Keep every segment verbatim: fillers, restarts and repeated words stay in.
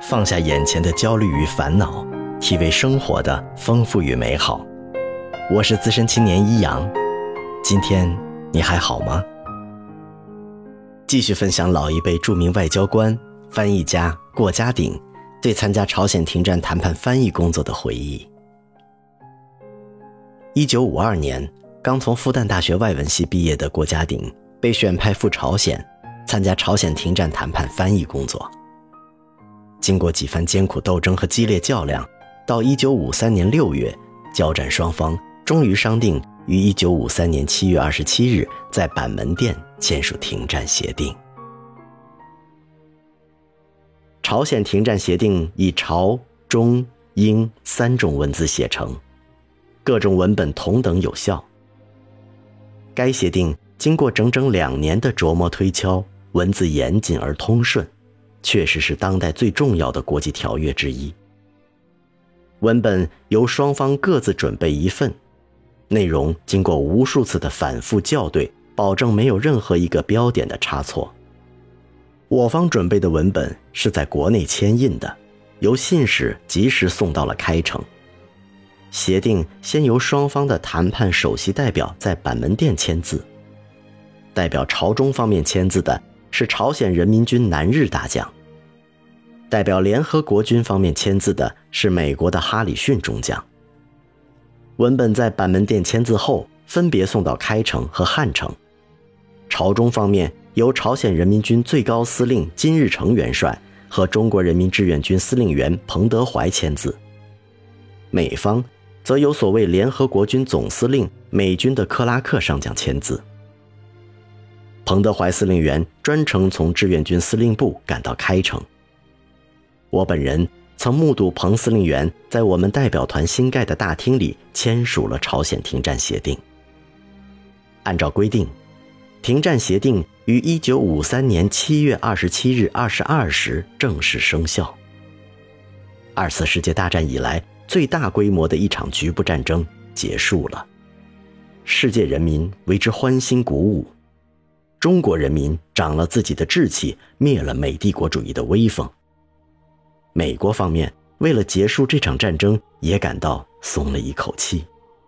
放下眼前的焦虑与烦恼，体味生活的丰富与美好。我是资深青年一阳，今天你还好吗？继续分享老一辈著名外交官、翻译家郭家鼎对参加朝鲜停战谈判翻译工作的回忆。一九五二年，刚从复旦大学外文系毕业的郭家鼎被选派赴朝鲜，参加朝鲜停战谈判翻译工作。经过几番艰苦斗争和激烈较量，到一九五三年六月，交战双方终于商定于一九五三年七月二十七日在板门店签署停战协定。朝鲜停战协定以朝、中、英三种文字写成，各种文本同等有效。该协定经过整整两年的琢磨推敲，文字严谨而通顺，确实是当代最重要的国际条约之一。文本由双方各自准备一份，内容经过无数次的反复校对，保证没有任何一个标点的差错。我方准备的文本是在国内签印的，由信使及时送到了开城。协定先由双方的谈判首席代表在板门店签字，代表朝中方面签字的是朝鲜人民军南日大将，代表联合国军方面签字的是美国的哈里逊中将。文本在板门店签字后，分别送到开城和汉城。朝中方面由朝鲜人民军最高司令金日成元帅和中国人民志愿军司令员彭德怀签字，美方则由所谓联合国军总司令美军的克拉克上将签字。彭德怀司令员专程从志愿军司令部赶到开城。我本人曾目睹彭司令员在我们代表团新盖的大厅里签署了朝鲜停战协定。按照规定，停战协定于一九五三年七月二十七日二十二时正式生效。二次世界大战以来最大规模的一场局部战争结束了，世界人民为之欢欣鼓舞。中国人民长了自己的志气，灭了美帝国主义的威风。美国方面为了结束这场战争，也感到松了一口气。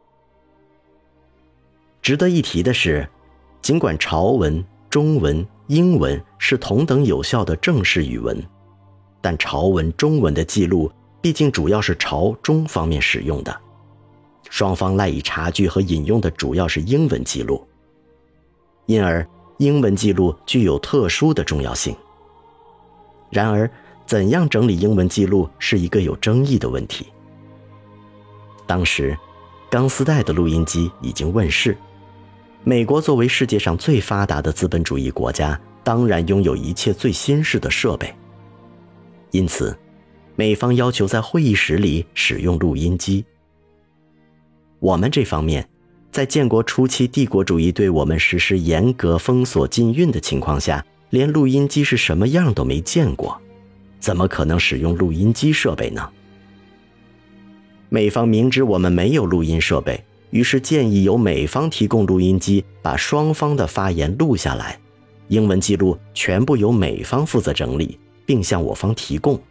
值得一提的是，尽管朝文、中文、英文是同等有效的正式语文，但朝文、中文的记录毕竟主要是朝中方面使用的，双方赖以查据和引用的主要是英文记录，因而英文记录具有特殊的重要性。然而，怎样整理英文记录是一个有争议的问题。当时，钢丝带的录音机已经问世，美国作为世界上最发达的资本主义国家，当然拥有一切最新式的设备。因此，美方要求在会议室里使用录音机。我们这方面，在建国初期帝国主义对我们实施严格封锁禁运的情况下，连录音机是什么样都没见过，怎么可能使用录音机设备呢？美方明知我们没有录音设备，于是建议由美方提供录音机，把双方的发言录下来，英文记录全部由美方负责整理，并向我方提供。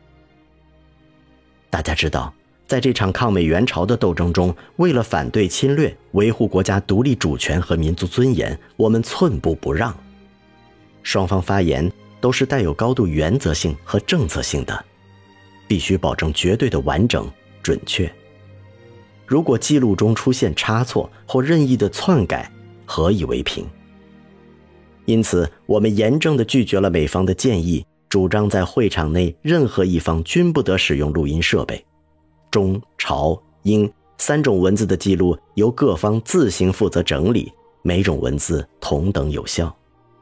大家知道，在这场抗美援朝的斗争中，为了反对侵略，维护国家独立主权和民族尊严，我们寸步不让。双方发言都是带有高度原则性和政策性的，必须保证绝对的完整、准确。如果记录中出现差错或任意的篡改，何以为凭？因此，我们严正地拒绝了美方的建议，主张在会场内任何一方均不得使用录音设备。中、朝、英三种文字的记录由各方自行负责整理，每种文字同等有效。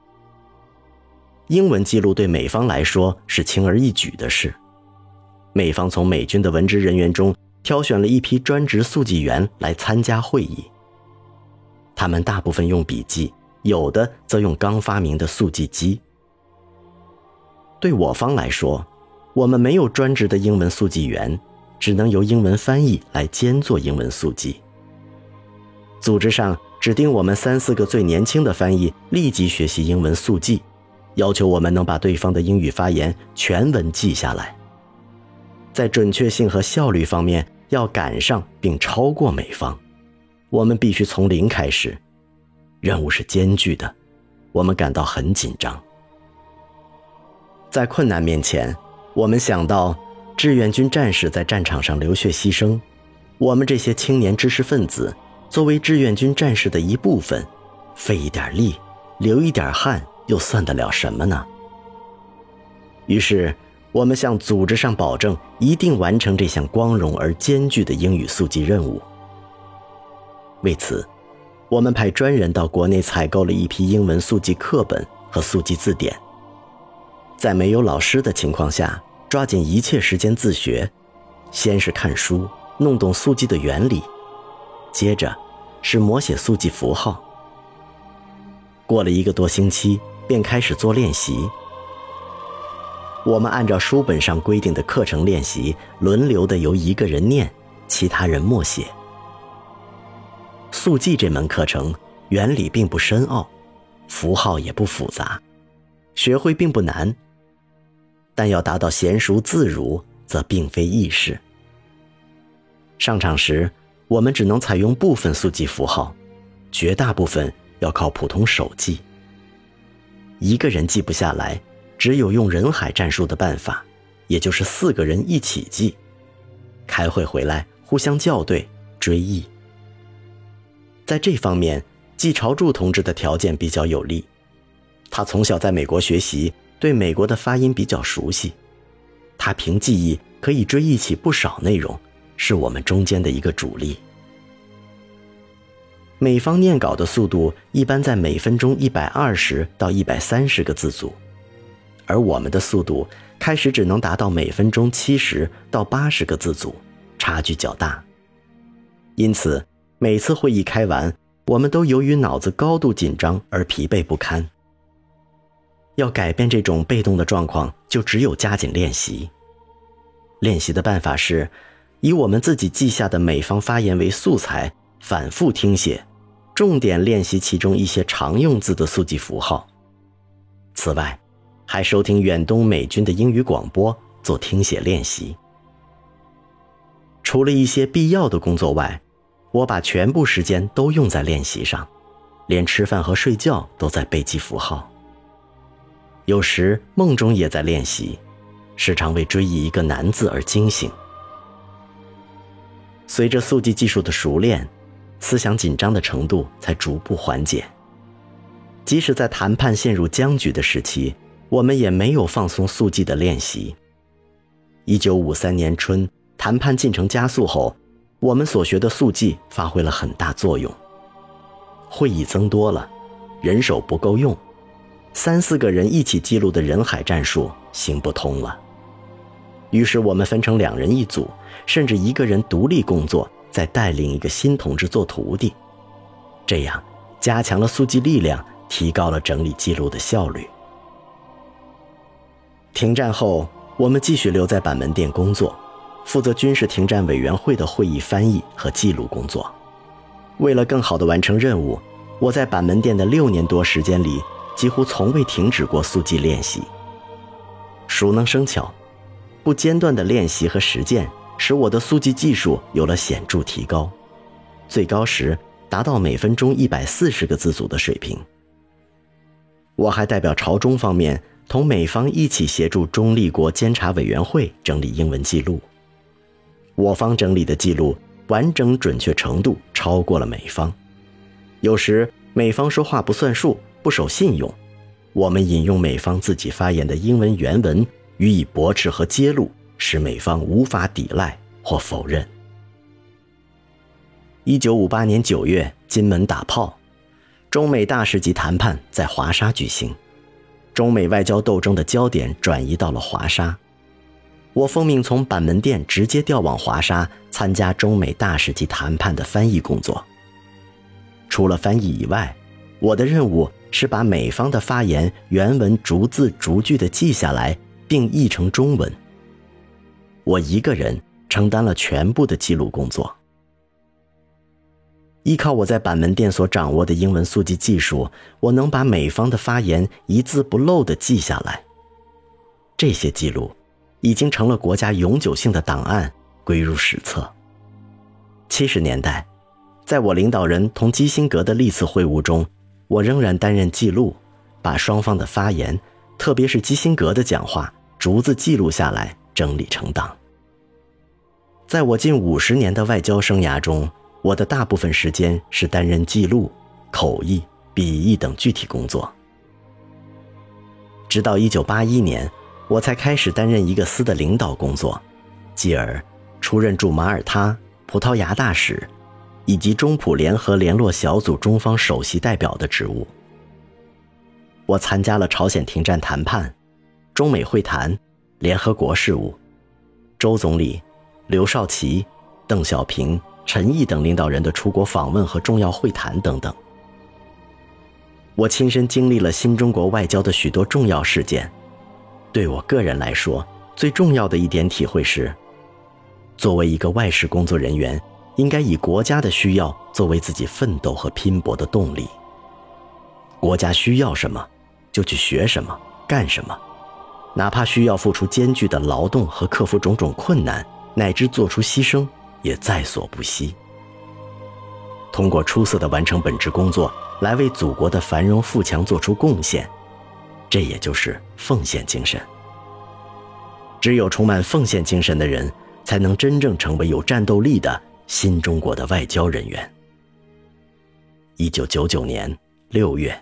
英文记录对美方来说是轻而易举的事。美方从美军的文职人员中挑选了一批专职速记员来参加会议，他们大部分用笔记，有的则用刚发明的速记机。对我方来说，我们没有专职的英文速记员，只能由英文翻译来兼做英文速记。组织上指定我们三四个最年轻的翻译立即学习英文速记，要求我们能把对方的英语发言全文记下来， 在准确性和效率方面要赶上并超过美方，我们必须从零开始，任务是艰巨的，我们感到很紧张。在困难面前，我们想到志愿军战士在战场上流血牺牲，我们这些青年知识分子作为志愿军战士的一部分，费一点力，流一点汗，又算得了什么呢？于是我们向组织上保证一定完成这项光荣而艰巨的英语速记任务。为此，我们派专人到国内采购了一批英文速记课本和速记字典，在没有老师的情况下，抓紧一切时间自学，先是看书，弄懂速记的原理，接着是摹写速记符号。过了一个多星期，便开始做练习。我们按照书本上规定的课程练习，轮流的由一个人念，其他人默写。速记这门课程原理并不深奥，符号也不复杂，学会并不难，但要达到娴熟自如，则并非易事。上场时，我们只能采用部分速记符号，绝大部分要靠普通手记。一个人记不下来，只有用人海战术的办法，也就是四个人一起记。开会回来互相校对追忆。在这方面，季朝柱同志的条件比较有利。他从小在美国学习，对美国的发音比较熟悉。他凭记忆可以追忆起不少内容，是我们中间的一个主力。美方念稿的速度一般在每分钟一百二十到一百三十个字组，而我们的速度开始只能达到每分钟七十到八十个字组，差距较大。因此，每次会议开完，我们都由于脑子高度紧张而疲惫不堪。要改变这种被动的状况，就只有加紧练习。练习的办法是，以我们自己记下的美方发言为素材，反复听写，重点练习其中一些常用字的速记符号。此外，还收听远东美军的英语广播，做听写练习。除了一些必要的工作外，我把全部时间都用在练习上，连吃饭和睡觉都在背记符号。有时梦中也在练习，时常为追忆一个难字而惊醒。随着速记技术的熟练，思想紧张的程度才逐步缓解。即使在谈判陷入僵局的时期，我们也没有放松速记的练习。一九五三年春，谈判进程加速后，我们所学的速记发挥了很大作用。会议增多了，人手不够用，三四个人一起记录的人海战术行不通了。于是我们分成两人一组，甚至一个人独立工作，再带领一个新同志做徒弟。这样加强了速记力量，提高了整理记录的效率。停战后，我们继续留在板门店工作，负责军事停战委员会的会议翻译和记录工作。为了更好地完成任务，我在板门店的六年多时间里，几乎从未停止过速记练习。熟能生巧，不间断的练习和实践，使我的速记技术有了显著提高，最高时达到每分钟一百四十个字组的水平。我还代表朝中方面同美方一起协助中立国监察委员会整理英文记录。我方整理的记录完整准确程度超过了美方。有时美方说话不算数，不守信用，我们引用美方自己发言的英文原文予以驳斥和揭露，使美方无法抵赖或否认。一九五八年九月，金门打炮，中美大使级谈判在华沙举行，中美外交斗争的焦点转移到了华沙。我奉命从板门店直接调往华沙，参加中美大使级谈判的翻译工作。除了翻译以外，我的任务是把美方的发言原文逐字逐句地记下来，并译成中文。我一个人承担了全部的记录工作。依靠我在板门店所掌握的英文速记技术，我能把美方的发言一字不漏地记下来。这些记录已经成了国家永久性的档案，归入史册。七十年代，在我领导人同基辛格的历次会晤中，我仍然担任记录，把双方的发言，特别是基辛格的讲话，逐字记录下来，整理成档。在我近五十年的外交生涯中，我的大部分时间是担任记录、口译、笔译等具体工作。直到一九八一年，我才开始担任一个司的领导工作，继而出任驻马耳他、葡萄牙大使以及中葡联合联络小组中方首席代表的职务。我参加了朝鲜停战谈判、中美会谈、联合国事务，周总理、刘少奇、邓小平、陈毅等领导人的出国访问和重要会谈等等。我亲身经历了新中国外交的许多重要事件。对我个人来说，最重要的一点体会是，作为一个外事工作人员，应该以国家的需要作为自己奋斗和拼搏的动力。国家需要什么，就去学什么、干什么，哪怕需要付出艰巨的劳动和克服种种困难，乃至做出牺牲，也在所不惜。通过出色地完成本职工作，来为祖国的繁荣富强做出贡献，这也就是奉献精神。只有充满奉献精神的人，才能真正成为有战斗力的新中国的外交人员。一九九九年六月，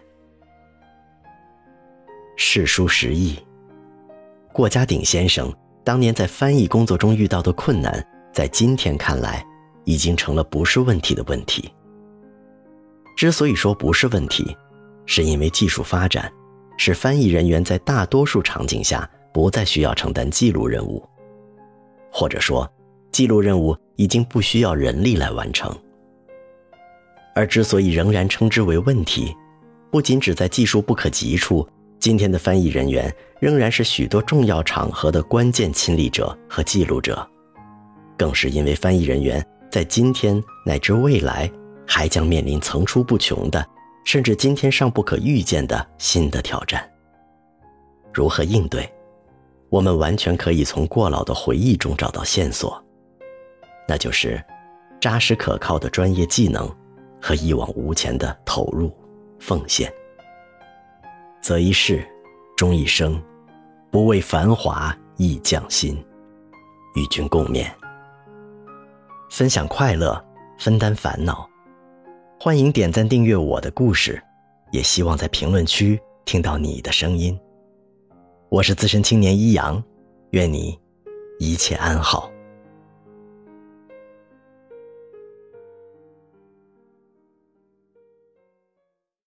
世书十亿。郭家鼎先生当年在翻译工作中遇到的困难，在今天看来，已经成了不是问题的问题。之所以说不是问题，是因为技术发展，使翻译人员在大多数场景下不再需要承担记录任务，或者说，记录任务已经不需要人力来完成。而之所以仍然称之为问题，不仅只在技术不可及处，今天的翻译人员仍然是许多重要场合的关键亲历者和记录者，更是因为翻译人员在今天乃至未来还将面临层出不穷的，甚至今天尚不可预见的新的挑战。如何应对？我们完全可以从过老的回忆中找到线索，那就是扎实可靠的专业技能和一往无前的投入奉献。择一事，终一生，不为繁华亦匠心。与君共勉。分享快乐，分担烦恼。欢迎点赞订阅我的故事，也希望在评论区听到你的声音。我是资深青年一阳，愿你一切安好。